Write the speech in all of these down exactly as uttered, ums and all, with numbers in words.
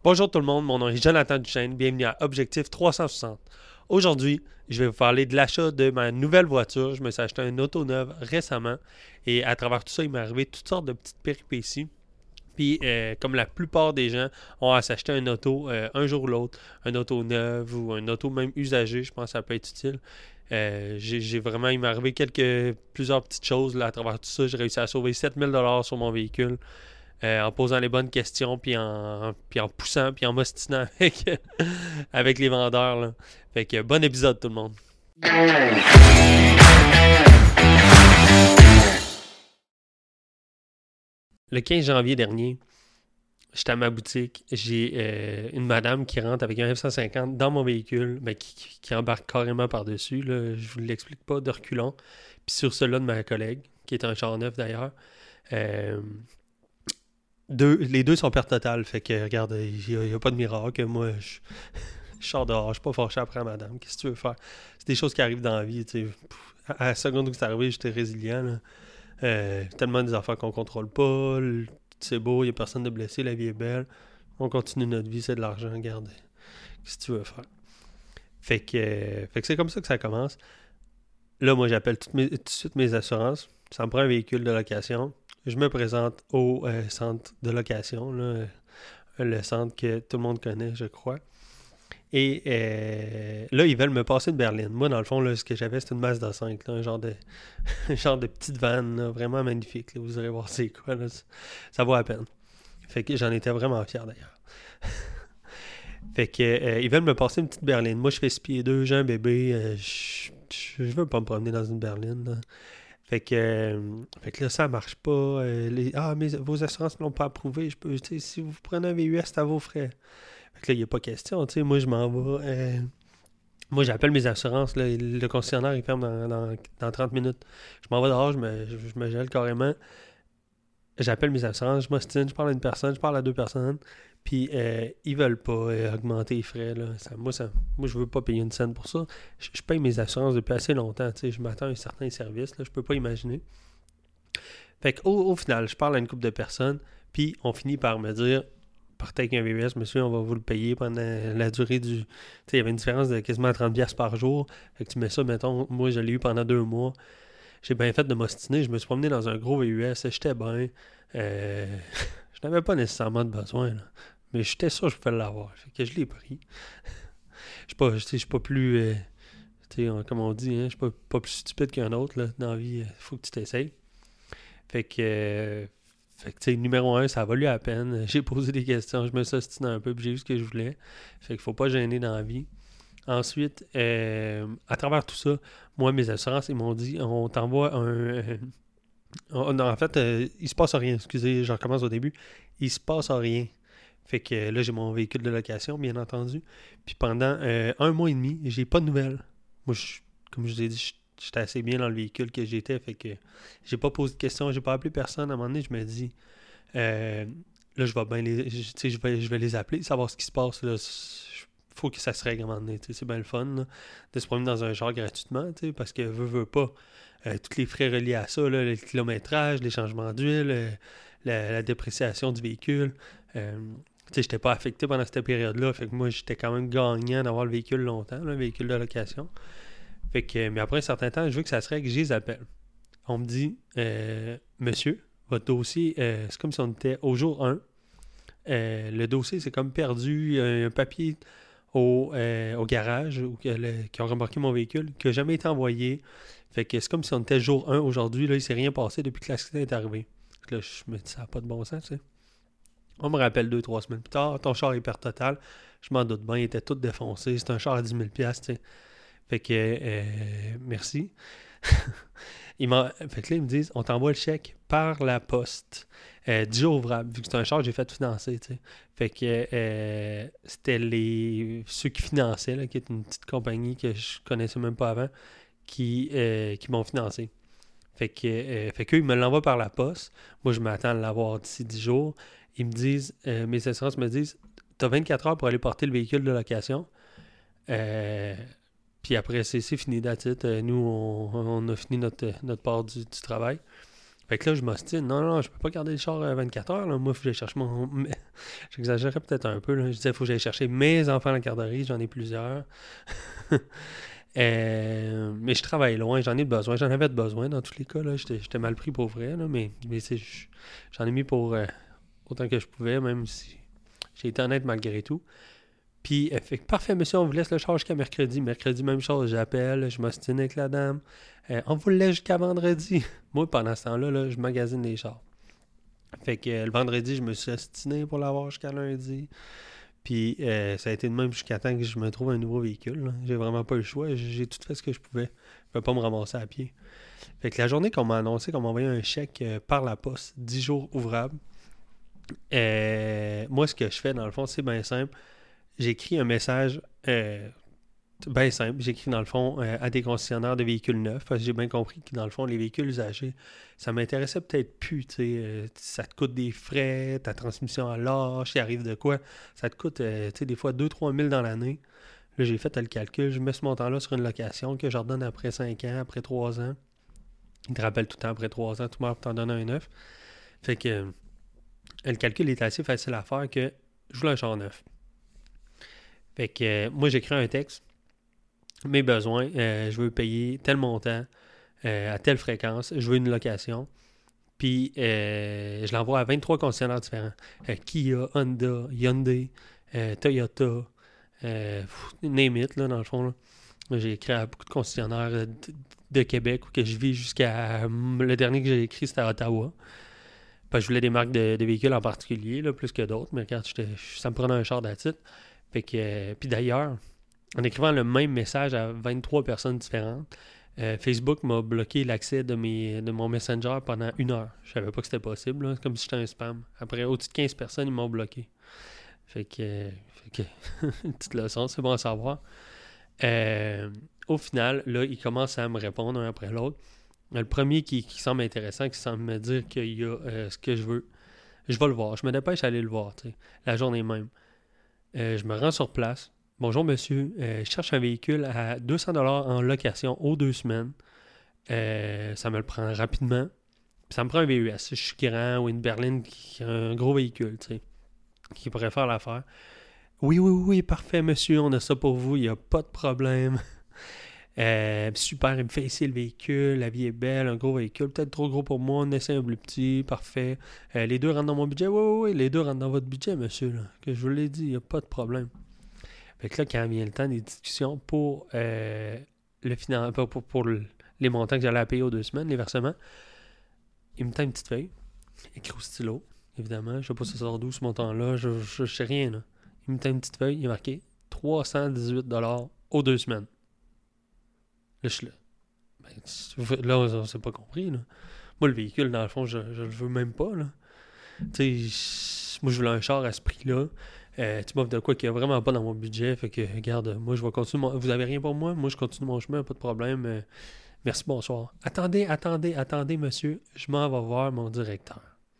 Bonjour tout le monde, mon nom est Jonathan Duchesne, bienvenue à Objectif trois cent soixante. Aujourd'hui, je vais vous parler de l'achat de ma nouvelle voiture. Je me suis acheté une auto neuve récemment et à travers tout ça, il m'est arrivé toutes sortes de petites péripéties. Puis, euh, comme la plupart des gens ont à s'acheter une auto euh, un jour ou l'autre, une auto neuve ou une auto même usagée, je pense que ça peut être utile. Euh, j'ai, j'ai vraiment, il m'est arrivé quelques, plusieurs petites choses là, à travers tout ça. J'ai réussi à sauver sept mille dollars sur mon véhicule. Euh, en posant les bonnes questions, puis en, puis en poussant, puis en m'ostinant avec, avec les vendeurs. Là. Fait que bon épisode tout le monde. Le quinze janvier dernier, j'étais à ma boutique, j'ai euh, une madame qui rentre avec un F cent cinquante dans mon véhicule, ben, qui, qui, qui embarque carrément par-dessus, là, je vous l'explique pas, de reculons, puis sur celui-là de ma collègue, qui est un char neuf d'ailleurs. Euh, Deux, les deux sont perte totale, fait que regarde, il n'y a, a pas de miracle. Moi, je, je sors dehors, je suis pas fâché après madame. Qu'est-ce que tu veux faire? C'est des choses qui arrivent dans la vie. Tu sais. À la seconde où c'est arrivé, j'étais résilient. Là. Euh, tellement des affaires qu'on contrôle pas. C'est beau, il n'y a personne de blessé, la vie est belle. On continue notre vie, c'est de l'argent, regarde. Qu'est-ce que tu veux faire? Fait que, euh, fait que c'est comme ça que ça commence. Là, moi, j'appelle toutes mes, tout de suite mes assurances. Ça me prend un véhicule de location. Je me présente au euh, centre de location, là, le centre que tout le monde connaît, je crois. Et euh, là, ils veulent me passer une berline. Moi, dans le fond, là, ce que j'avais, c'était une Mazda cinq, là, un genre de, un genre de petite vanne, là, vraiment magnifique. Là, vous allez voir c'est quoi. Là, ça vaut la peine. Fait que j'en étais vraiment fier d'ailleurs. Fait que euh, ils veulent me passer une petite berline. Moi, je fais six pieds deux, j'ai un bébé. Euh, je, je veux pas me promener dans une berline. Là. Fait que, euh, fait que là, ça marche pas. Euh, les, ah, mais vos assurances ne l'ont pas approuvé. Je peux, si vous prenez un V U S, c'est à vos frais. Fait que là, il n'y a pas question. Moi, je m'en vais. Euh, moi, j'appelle mes assurances. Là, le concessionnaire, il ferme dans, dans, dans trente minutes. Je m'en vais dehors, je me, je, je me gèle carrément. J'appelle mes assurances, je m'ostine, je parle à une personne, je parle à deux personnes. Puis, euh, ils veulent pas euh, augmenter les frais. Là. Ça, moi, ça, moi, je veux pas payer une scène pour ça. Je, je paye mes assurances depuis assez longtemps. Je m'attends à un certain service. Là, je peux pas imaginer. Fait qu'au au final, je parle à une couple de personnes. Puis, on finit par me dire, partez avec un V U S, monsieur, on va vous le payer pendant la durée du... Tu sais, il y avait une différence de quasiment trente dollars par jour. Fait que tu mets ça, mettons, moi, je l'ai eu pendant deux mois. J'ai bien fait de m'ostiner. Je me suis promené dans un gros V U S. J'étais bien. Euh, je n'avais pas nécessairement de besoin, là. Mais j'étais sûr que je pouvais l'avoir. Fait que je l'ai pris. Je ne suis, suis pas plus... Euh, comme on dit, hein, je ne suis pas, pas plus stupide qu'un autre. Là. Dans la vie, il faut que tu t'essayes. Fait que... Euh, fait que, tu sais, numéro un, ça a valu la peine. J'ai posé des questions. Je me suis ostiné un peu, puis j'ai eu ce que je voulais. Fait qu'il faut pas gêner dans la vie. Ensuite, euh, à travers tout ça, moi, mes assurances, ils m'ont dit, on t'envoie un... Euh, on, en fait, euh, il se passe rien. Excusez, je recommence au début. Il se passe rien. Fait que euh, là, j'ai mon véhicule de location, bien entendu. Puis pendant euh, un mois et demi, j'ai pas de nouvelles. Moi, je, comme je vous ai dit, j'étais assez bien dans le véhicule que j'étais. Fait que j'ai pas posé de questions, j'ai pas appelé personne. À un moment donné, je me dis... Euh, là, je vais bien les... Je, je, vais, je vais les appeler, savoir ce qui se passe, là. Faut que ça se règle à un moment donné. C'est bien le fun là, de se promener dans un char gratuitement, parce que veut, veut pas. Euh, tous les frais reliés à ça, là, le kilométrage, les changements d'huile, euh, la, la dépréciation du véhicule. Euh, je n'étais pas affecté pendant cette période-là. Fait que moi, j'étais quand même gagnant d'avoir le véhicule longtemps, là, le véhicule de location. Fait que, mais après un certain temps, je veux que ça se règle, je les appelle. On me dit, euh, monsieur, votre dossier, euh, c'est comme si on était au jour un. Euh, le dossier, c'est comme perdu. Il y a un papier Au, euh, au garage où, le, qui ont remorqué mon véhicule, qui n'a jamais été envoyé. Fait que c'est comme si on était jour un aujourd'hui, là, il ne s'est rien passé depuis que l'accident est arrivé. Là, je me dis, ça n'a pas de bon sens, tu sais. On me rappelle deux, trois semaines plus tard, ton char est perte totale. Je m'en doute bien, il était tout défoncé. C'est un char à dix mille dollars, tu sais. Fait que, euh, merci. Ils fait que là, ils me disent, on t'envoie le chèque par la poste. Euh, dix jours ouvrables, vu que c'est un char que j'ai fait financer, tu sais. Fait que euh, c'était les ceux qui finançaient, là, qui est une petite compagnie que je connaissais même pas avant, qui, euh, qui m'ont financé. Fait que euh, fait qu'eux, ils me l'envoient par la poste. Moi, je m'attends à l'avoir d'ici dix jours. Ils me disent, euh, mes assurances me disent, t'as vingt-quatre heures pour aller porter le véhicule de location. Euh, Puis après, c'est, c'est fini, that's it. Nous, on, on a fini notre, notre part du, du travail. Fait que là, je m'ostine. Non, non, je peux pas garder le char euh, vingt-quatre heures. Là. Moi, il faut que j'aille chercher mon... J'exagérais peut-être un peu. Là. Je disais, il faut que j'aille chercher mes enfants à la garderie. J'en ai plusieurs. Euh, mais je travaille loin. J'en ai besoin. J'en avais de besoin dans tous les cas. Là. J'étais, j'étais mal pris pour vrai. Là, mais mais c'est, j'en ai mis pour euh, autant que je pouvais, même si j'ai été honnête malgré tout. Puis, euh, fait que parfait, monsieur, on vous laisse le char jusqu'à mercredi. Mercredi, même chose, j'appelle, je m'ostine avec la dame. Euh, on vous le laisse jusqu'à vendredi. Moi, pendant ce temps-là, là, je magasine les chars. Fait que euh, le vendredi, je me suis ostiné pour l'avoir jusqu'à lundi. Puis, euh, ça a été de même jusqu'à temps que je me trouve un nouveau véhicule. Là. J'ai vraiment pas eu le choix. J'ai, j'ai tout fait ce que je pouvais. Je pouvais pas me ramasser à pied. Fait que la journée qu'on m'a annoncé qu'on m'a envoyé un chèque euh, par la poste, dix jours ouvrables, euh, moi, ce que je fais, dans le fond, c'est bien simple. J'écris un message euh, bien simple. J'écris dans le fond euh, à des concessionnaires de véhicules neufs parce que j'ai bien compris que dans le fond, les véhicules usagés, ça m'intéressait peut-être plus. Tu sais, euh, ça te coûte des frais, ta transmission à l'âge, il arrive de quoi. Ça te coûte euh, tu sais, des fois deux trois mille dans l'année. Là, j'ai fait le calcul. Je mets ce montant-là sur une location que je redonne après cinq ans, après trois ans. Il te rappelle tout le temps après trois ans, tout le monde t'en donne un neuf. Fait que euh, le calcul est assez facile à faire que je voulais un char neuf. Fait que euh, moi, j'écris un texte. Mes besoins, euh, je veux payer tel montant euh, à telle fréquence, je veux une location. Puis euh, je l'envoie à vingt-trois concessionnaires différents. Euh, Kia, Honda, Hyundai, euh, Toyota, euh, pff, name it, là, dans le fond. Là. J'ai écrit à beaucoup de concessionnaires de, de Québec où que je vis jusqu'à... Le dernier que j'ai écrit, c'était à Ottawa. Parce que je voulais des marques de, de véhicules en particulier, là, plus que d'autres. Mais quand j'étais, ça me prenait un char d'attitude. Fait que... Euh, puis d'ailleurs... En écrivant le même message à vingt-trois personnes différentes, euh, Facebook m'a bloqué l'accès de, mes, de mon Messenger pendant une heure. Je savais pas que c'était possible, là. C'est comme si j'étais un spam. Après au-dessus de quinze personnes, ils m'ont bloqué. Fait que, euh, fait que une petite leçon, c'est bon à savoir. Euh, au final, là, ils commencent à me répondre un après l'autre. Le premier qui, qui semble intéressant, qui semble me dire qu'il y a euh, ce que je veux, je vais le voir. Je me dépêche à aller le voir, tu sais, la journée même. Euh, je me rends sur place. Bonjour monsieur, euh, je cherche un véhicule à deux cents dollars en location aux deux semaines. Euh, ça me le prend rapidement. Puis ça me prend un V U S. Je suis grand ou une berline qui a un gros véhicule, tu sais, qui pourrait faire l'affaire. Oui, oui, oui, parfait monsieur, on a ça pour vous, il n'y a pas de problème. Euh, super, il me fait ici le véhicule, la vie est belle, un gros véhicule, peut-être trop gros pour moi, on essaie un plus petit, parfait. Euh, les deux rentrent dans mon budget, oui, oui, oui, les deux rentrent dans votre budget monsieur, là, que je vous l'ai dit, il n'y a pas de problème. Fait que là, quand vient le temps des discussions pour euh, le finan- pour, pour, pour le, les montants que j'allais payer aux deux semaines, les versements, il me tend une petite feuille, écrit au stylo, évidemment. Je sais pas si ça sort d'où ce montant-là, je, je, je sais rien. Là. Il me tend une petite feuille, il est marqué trois cent dix-huit dollars aux deux semaines. Là, je suis là. Ben, là, on s'est pas compris. Là. Moi, le véhicule, dans le fond, je, je le veux même pas. Là. Tu sais, moi, je voulais un char à ce prix-là. Euh, tu m'offres de quoi qui est vraiment pas dans mon budget. Fait que, regarde, moi, je vais continuer. Mon... Vous avez rien pour moi? Moi, je continue mon chemin, pas de problème. Euh, merci, bonsoir. Attendez, attendez, attendez, monsieur. Je m'en vais voir mon directeur.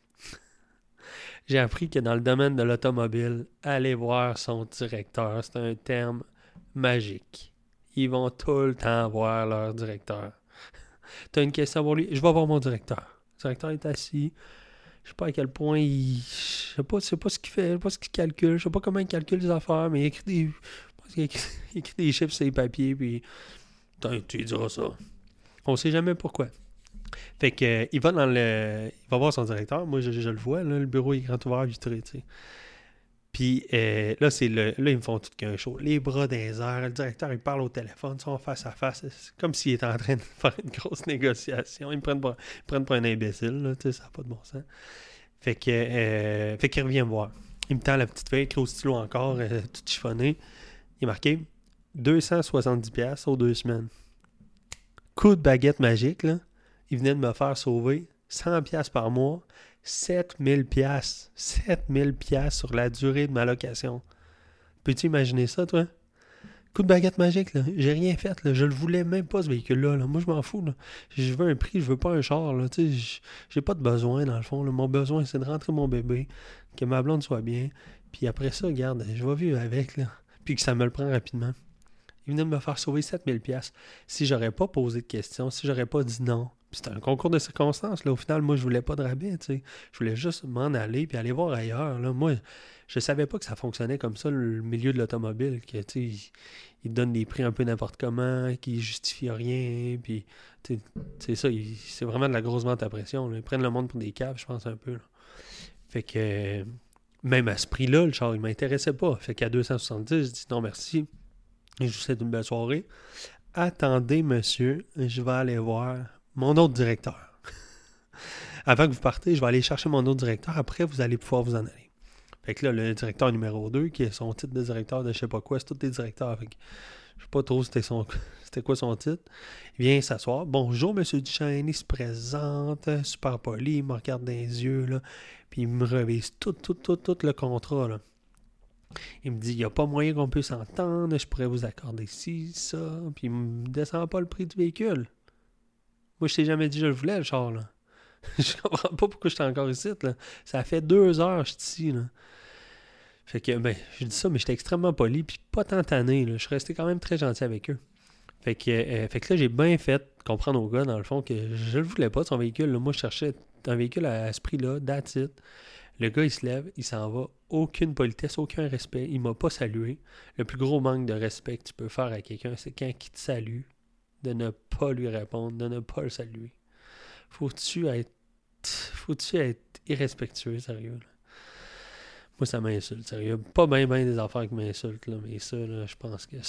J'ai appris que dans le domaine de l'automobile, aller voir son directeur, c'est un terme magique. Ils vont tout le temps voir leur directeur. Tu as une question pour lui? Je vais voir mon directeur. Le directeur est assis. Je sais pas à quel point il. Je sais pas, je sais pas ce qu'il fait, je sais pas ce qu'il calcule, je sais pas comment il calcule les affaires, mais il écrit des. Il écrit, il écrit des chiffres sur les papiers, puis. Tu lui diras ça. On sait jamais pourquoi. Fait que euh, il va dans le. Il va voir son directeur. Moi, je, je le vois, là, le bureau est grand ouvert, vitré, tu sais. Puis euh, là, c'est le. Là, ils me font tout qu'un show. Les bras dans les airs. Le directeur, il parle au téléphone, ils sont face à face. C'est comme s'il était en train de faire une grosse négociation. Ils me prennent pas, ils me prennent pas un imbécile, là, tu sais, ça n'a pas de bon sens. Fait que euh, fait qu'il revient me voir. Il me tend la petite feuille, avec le stylo encore, euh, tout chiffonné. Il est marqué deux cent soixante-dix dollars aux deux semaines. Coup de baguette magique, là. Il venait de me faire sauver cent dollars par mois, sept mille dollars. sept mille dollars sur la durée de ma location. Peux-tu imaginer ça, toi? Coup de baguette magique, là. J'ai rien fait, là. Je le voulais même pas, ce véhicule-là. Là. Moi, je m'en fous, là. Je veux un prix, je veux pas un char, là. Tu sais, j'ai pas de besoin, dans le fond. Là. Mon besoin, c'est de rentrer mon bébé, que ma blonde soit bien. Puis après ça, regarde, je vais vivre avec, là. Puis que ça me le prend rapidement. Il venait de me faire sauver sept mille dollars. Si j'aurais pas posé de questions, si j'aurais pas dit non, Puis c'était un concours de circonstances. Là. Au final, moi, je voulais pas de rabais. Tu sais. Je voulais juste m'en aller puis aller voir ailleurs. Là. Moi, je savais pas que ça fonctionnait comme ça, le milieu de l'automobile. Que, tu sais, ils, ils donnent des prix un peu n'importe comment, qui justifient rien. Puis, tu sais, c'est ça. ils- c'est vraiment de la grosse vente à pression. Là. Ils prennent le monde pour des caves, je pense, un peu. Là. Fait que, euh, même à ce prix-là, le char, il m'intéressait pas. Fait qu'à deux cent soixante-dix, je dis non, merci. Je vous souhaite une belle soirée. Attendez, monsieur, je vais aller voir mon autre directeur. Avant que vous partez, je vais aller chercher mon autre directeur. Après, vous allez pouvoir vous en aller. Fait que là, le directeur numéro deux, qui est son titre de directeur de je sais pas quoi, c'est tous des directeurs. Fait que je sais pas trop c'était, son, c'était quoi son titre. Il vient s'asseoir. Bonjour, monsieur Duchesne. Il se présente, super poli, il me regarde dans les yeux, là, puis il me revise tout, tout, tout, tout le contrat, là. Il me dit, il n'y a pas moyen qu'on puisse s'entendre, je pourrais vous accorder ci, ça, puis il me descend pas le prix du véhicule. Moi, je t'ai jamais dit que je le voulais, le char, là. Je comprends pas pourquoi je suis encore ici, là. Ça fait deux heures que je suis ici, là. Fait que, ben, je dis ça, mais j'étais extrêmement poli, puis pas tant tanné, là. Je suis resté quand même très gentil avec eux. Fait que, euh, fait que là, j'ai bien fait comprendre au gars, dans le fond, que je le voulais pas, son véhicule, là. Moi, je cherchais un véhicule à, à ce prix-là, that's it. Le gars, il se lève, il s'en va. Aucune politesse, aucun respect. Il m'a pas salué. Le plus gros manque de respect que tu peux faire à quelqu'un, c'est quand il te salue, de ne pas lui répondre, de ne pas le saluer. Faut-tu être... Faut-tu être irrespectueux, sérieux, là? Moi, ça m'insulte, sérieux. Pas bien, bien des affaires qui m'insultent, là, mais ça, là, je pense que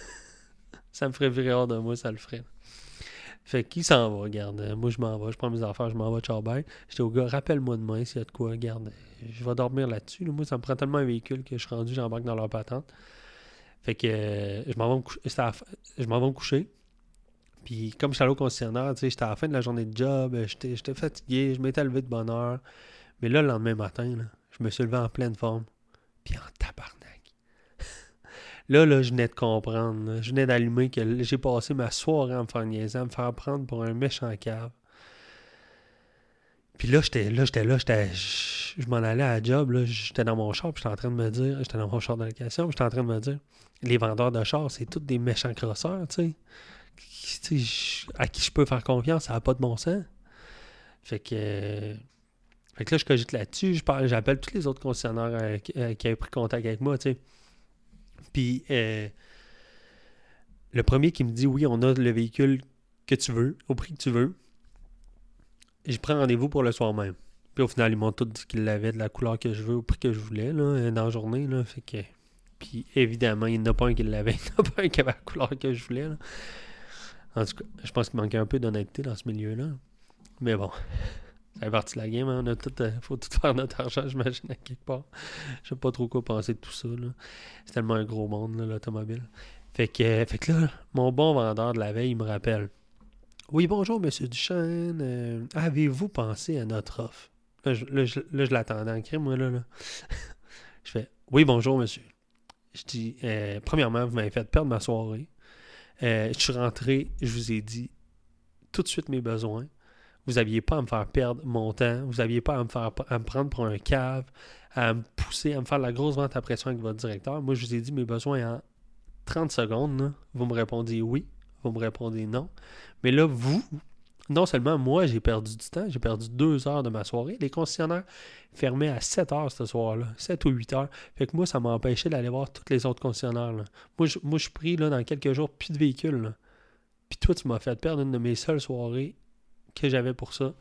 ça me ferait virer hors de moi, ça le ferait. Fait qu'il s'en va, regarde. Moi, je m'en vais, je prends mes affaires, je m'en vais de Charbel. J'étais au gars, rappelle-moi demain s'il y a de quoi, regarde. Je vais dormir là-dessus. Là. Moi, ça me prend tellement un véhicule que je suis rendu, j'embarque dans leur patente. Fait que euh, je m'en vais me coucher. Je m'en vais me coucher. Puis comme je suis allé au concessionnaire, tu sais, j'étais à la fin de la journée de job, j'étais, j'étais fatigué, je m'étais levé de bonne heure. Mais là, le lendemain matin, là, je me suis levé en pleine forme. Puis en tabarnak. Là, là, je venais de comprendre. Là. Je venais d'allumer que j'ai passé ma soirée à me faire niaiser, à me faire prendre pour un méchant cave. Puis là, j'étais là, j'étais là, j'étais. Je, je m'en allais à la job, là, j'étais dans mon char, puis j'étais en train de me dire, j'étais dans mon char de location, puis j'étais en train de me dire, les vendeurs de chars, c'est tous des méchants crosseurs, tu sais. Tu sais, à qui je peux faire confiance, ça n'a pas de bon sens. Fait que. Euh, fait que là, je cogite là-dessus, je parle, j'appelle tous les autres concessionnaires euh, qui, euh, qui avaient pris contact avec moi, tu sais. Puis, euh, le premier qui me dit, oui, on a le véhicule que tu veux, au prix que tu veux. Je prends rendez-vous pour le soir même. Puis au final, ils m'ont tous dit qu'ils l'avaient de la couleur que je veux, au prix que je voulais, là, dans la journée, là. Fait que. Puis évidemment, il n'y en a pas un qui l'avait, il n'y en a pas un qui avait la couleur que je voulais, là. En tout cas, je pense qu'il manquait un peu d'honnêteté dans ce milieu-là. Mais bon, ça fait partie de la game, hein. On a tout, euh, faut tout faire notre argent, j'imagine, à quelque part. Je sais pas trop quoi penser de tout ça, là. C'est tellement un gros monde, là, l'automobile. Fait que, euh, fait que là, mon bon vendeur de la veille, il me rappelle. Oui, bonjour, monsieur Duchesne. Euh, avez-vous pensé à notre offre? Là, je, là, je, là, je l'attendais en crime, moi, là. là. Je fais, oui, bonjour, monsieur. Je dis, euh, premièrement, vous m'avez fait perdre ma soirée. Euh, je suis rentré, je vous ai dit tout de suite mes besoins. Vous n'aviez pas à me faire perdre mon temps. Vous n'aviez pas à me faire à me prendre pour un cave, à me pousser, à me faire la grosse vente à pression avec votre directeur. Moi, je vous ai dit mes besoins en trente secondes. Là. Vous me répondez oui. Vous me répondez non. Mais là, vous, non seulement moi, j'ai perdu du temps, j'ai perdu deux heures de ma soirée. Les concessionnaires fermaient à sept heures ce soir-là, sept ou huit heures. Fait que moi, ça m'a empêché d'aller voir tous les autres concessionnaires. Là. Moi, je, moi, je suis pris là, dans quelques jours, plus de véhicules. Là. Puis toi, tu m'as fait perdre une de mes seules soirées que j'avais pour ça.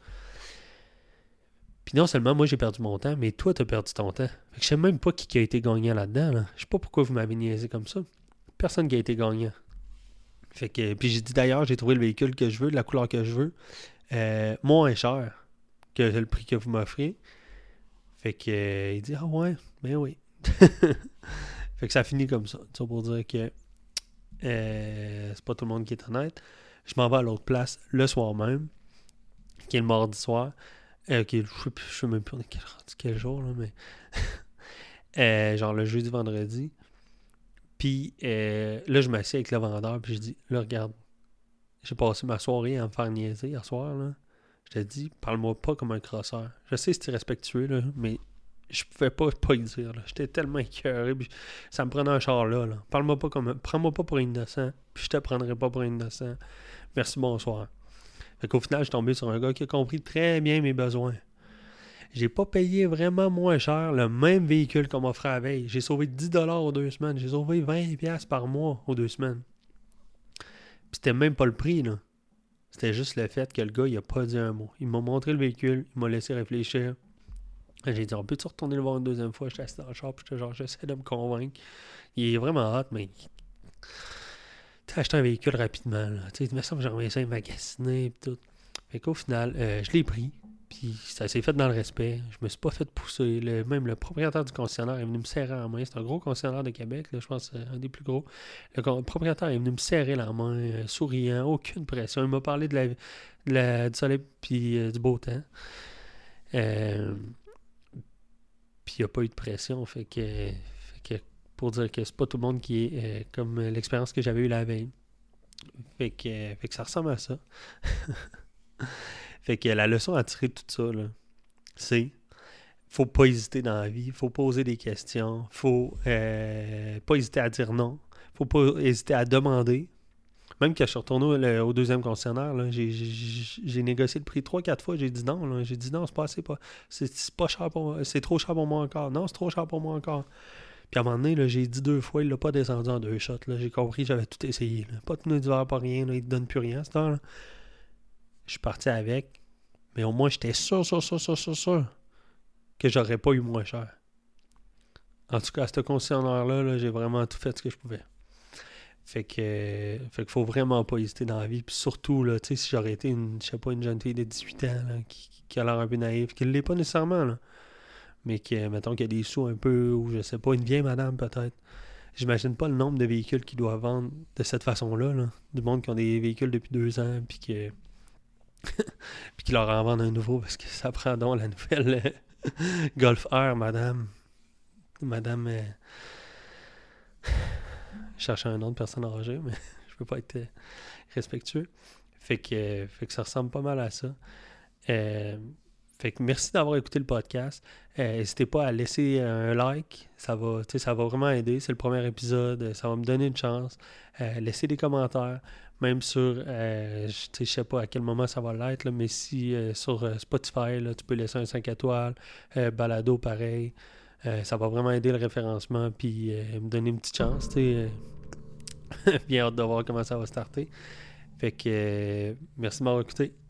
Puis non seulement moi, j'ai perdu mon temps, mais toi, tu as perdu ton temps. Fait que je sais même pas qui a été gagnant là-dedans. Là. Je sais pas pourquoi vous m'avez niaisé comme ça. Personne qui a été gagnant. Fait que, puis j'ai dit d'ailleurs, j'ai trouvé le véhicule que je veux, de la couleur que je veux, euh, moins cher que le prix que vous m'offrez. Fait que euh, il dit ah ouais, ben oui. Fait que ça finit comme ça. Ça pour dire que euh, c'est pas tout le monde qui est honnête. Je m'en vais à l'autre place le soir même, qui est le mardi soir. Euh, qui est, je sais, je sais même plus quel, quel jour là, mais euh, genre le jeudi, vendredi. Puis euh, là, je m'assieds avec le vendeur, puis je dis, là, regarde, j'ai passé ma soirée à me faire niaiser hier soir, là. Je te dis, parle-moi pas comme un crosseur. Je sais que c'est irrespectueux, là, mais je pouvais pas pas y dire, là. J'étais tellement écœuré, puis ça me prenait un char là, là. Parle-moi pas comme un... Prends-moi pas pour un innocent, puis je te prendrai pas pour un innocent. Merci, bonsoir. Fait qu'au final, je suis tombé sur un gars qui a compris très bien mes besoins. J'ai pas payé vraiment moins cher le même véhicule qu'on m'offrait la veille. J'ai sauvé dix dollars aux deux semaines. J'ai sauvé vingt dollars par mois aux deux semaines. Puis c'était même pas le prix, là. C'était juste le fait que le gars, il a pas dit un mot. Il m'a montré le véhicule, il m'a laissé réfléchir. J'ai dit, on peut-tu retourner le voir une deuxième fois? J'étais assis dans le char, puis j'étais genre, j'essaie de me convaincre. Il est vraiment hot, mais... Tu sais, acheter un véhicule rapidement, là. Tu sais, il me semble que j'aimerais ça magasiner, et tout. Fait qu'au final, euh, je l'ai pris. Puis ça s'est fait dans le respect. Je me suis pas fait pousser. Le, même le propriétaire du concessionnaire est venu me serrer la main. C'est un gros concessionnaire de Québec, là, je pense euh, un des plus gros. Le, le propriétaire est venu me serrer la main, euh, souriant, aucune pression. Il m'a parlé de la, de la, du soleil puis euh, du beau temps. Euh, puis il n'y a pas eu de pression. Fait que, fait que pour dire que c'est pas tout le monde qui est euh, comme l'expérience que j'avais eue la veille. Fait que, euh, fait que ça ressemble à ça. Fait que la leçon à tirer de tout ça, là, c'est faut pas hésiter dans la vie, faut poser des questions, faut euh, pas hésiter à dire non, faut pas hésiter à demander. Même quand je suis retourné au, au deuxième concessionnaire, là, j'ai, j'ai, j'ai négocié le prix trois quatre fois, j'ai dit non, là, j'ai dit non, c'est pas assez, pas, c'est, c'est pas cher pour moi, c'est trop cher pour moi encore, non, c'est trop cher pour moi encore. Puis à un moment donné, là, j'ai dit deux fois, il l'a pas descendu en deux shots, là, j'ai compris, j'avais tout essayé, là. Pas de pneus d'hiver, pas rien, là, il te donne plus rien à ce temps-là. Je suis parti avec, mais au moins j'étais sûr, sûr, sûr, sûr, sûr, sûr que j'aurais pas eu moins cher. En tout cas, à ce concessionnaire-là, là, j'ai vraiment tout fait ce que je pouvais. Fait que, euh, fait qu'il faut vraiment pas hésiter dans la vie. Puis surtout, là, tu sais, si j'aurais été une, je sais pas, une jeune fille de dix-huit ans, là, qui, qui a l'air un peu naïve, qui ne l'est pas nécessairement, là, mais qui, mettons, qu'il y a des sous un peu, ou je sais pas, une vieille madame peut-être. J'imagine pas le nombre de véhicules qu'ils doivent vendre de cette façon-là, là. Du monde qui ont des véhicules depuis deux ans, puis que puis qui leur en vendent un nouveau parce que ça prend donc la nouvelle euh, Golf R, madame. Madame. Euh... Je cherchais un nom de personne âgée, mais je peux pas être euh, respectueux. Fait que, euh, fait que ça ressemble pas mal à ça. Euh, fait que merci d'avoir écouté le podcast. Euh, n'hésitez pas à laisser un like. Ça va, ça va vraiment aider. C'est le premier épisode. Ça va me donner une chance. Euh, laissez des commentaires. Même sur, euh, je ne sais pas à quel moment ça va l'être, là, mais si euh, sur euh, Spotify, là, tu peux laisser un cinq étoiles, euh, balado pareil, euh, ça va vraiment aider le référencement, puis euh, me donner une petite chance, tu sais. Bien hâte de voir comment ça va starter. Fait que, euh, merci de m'avoir écouté.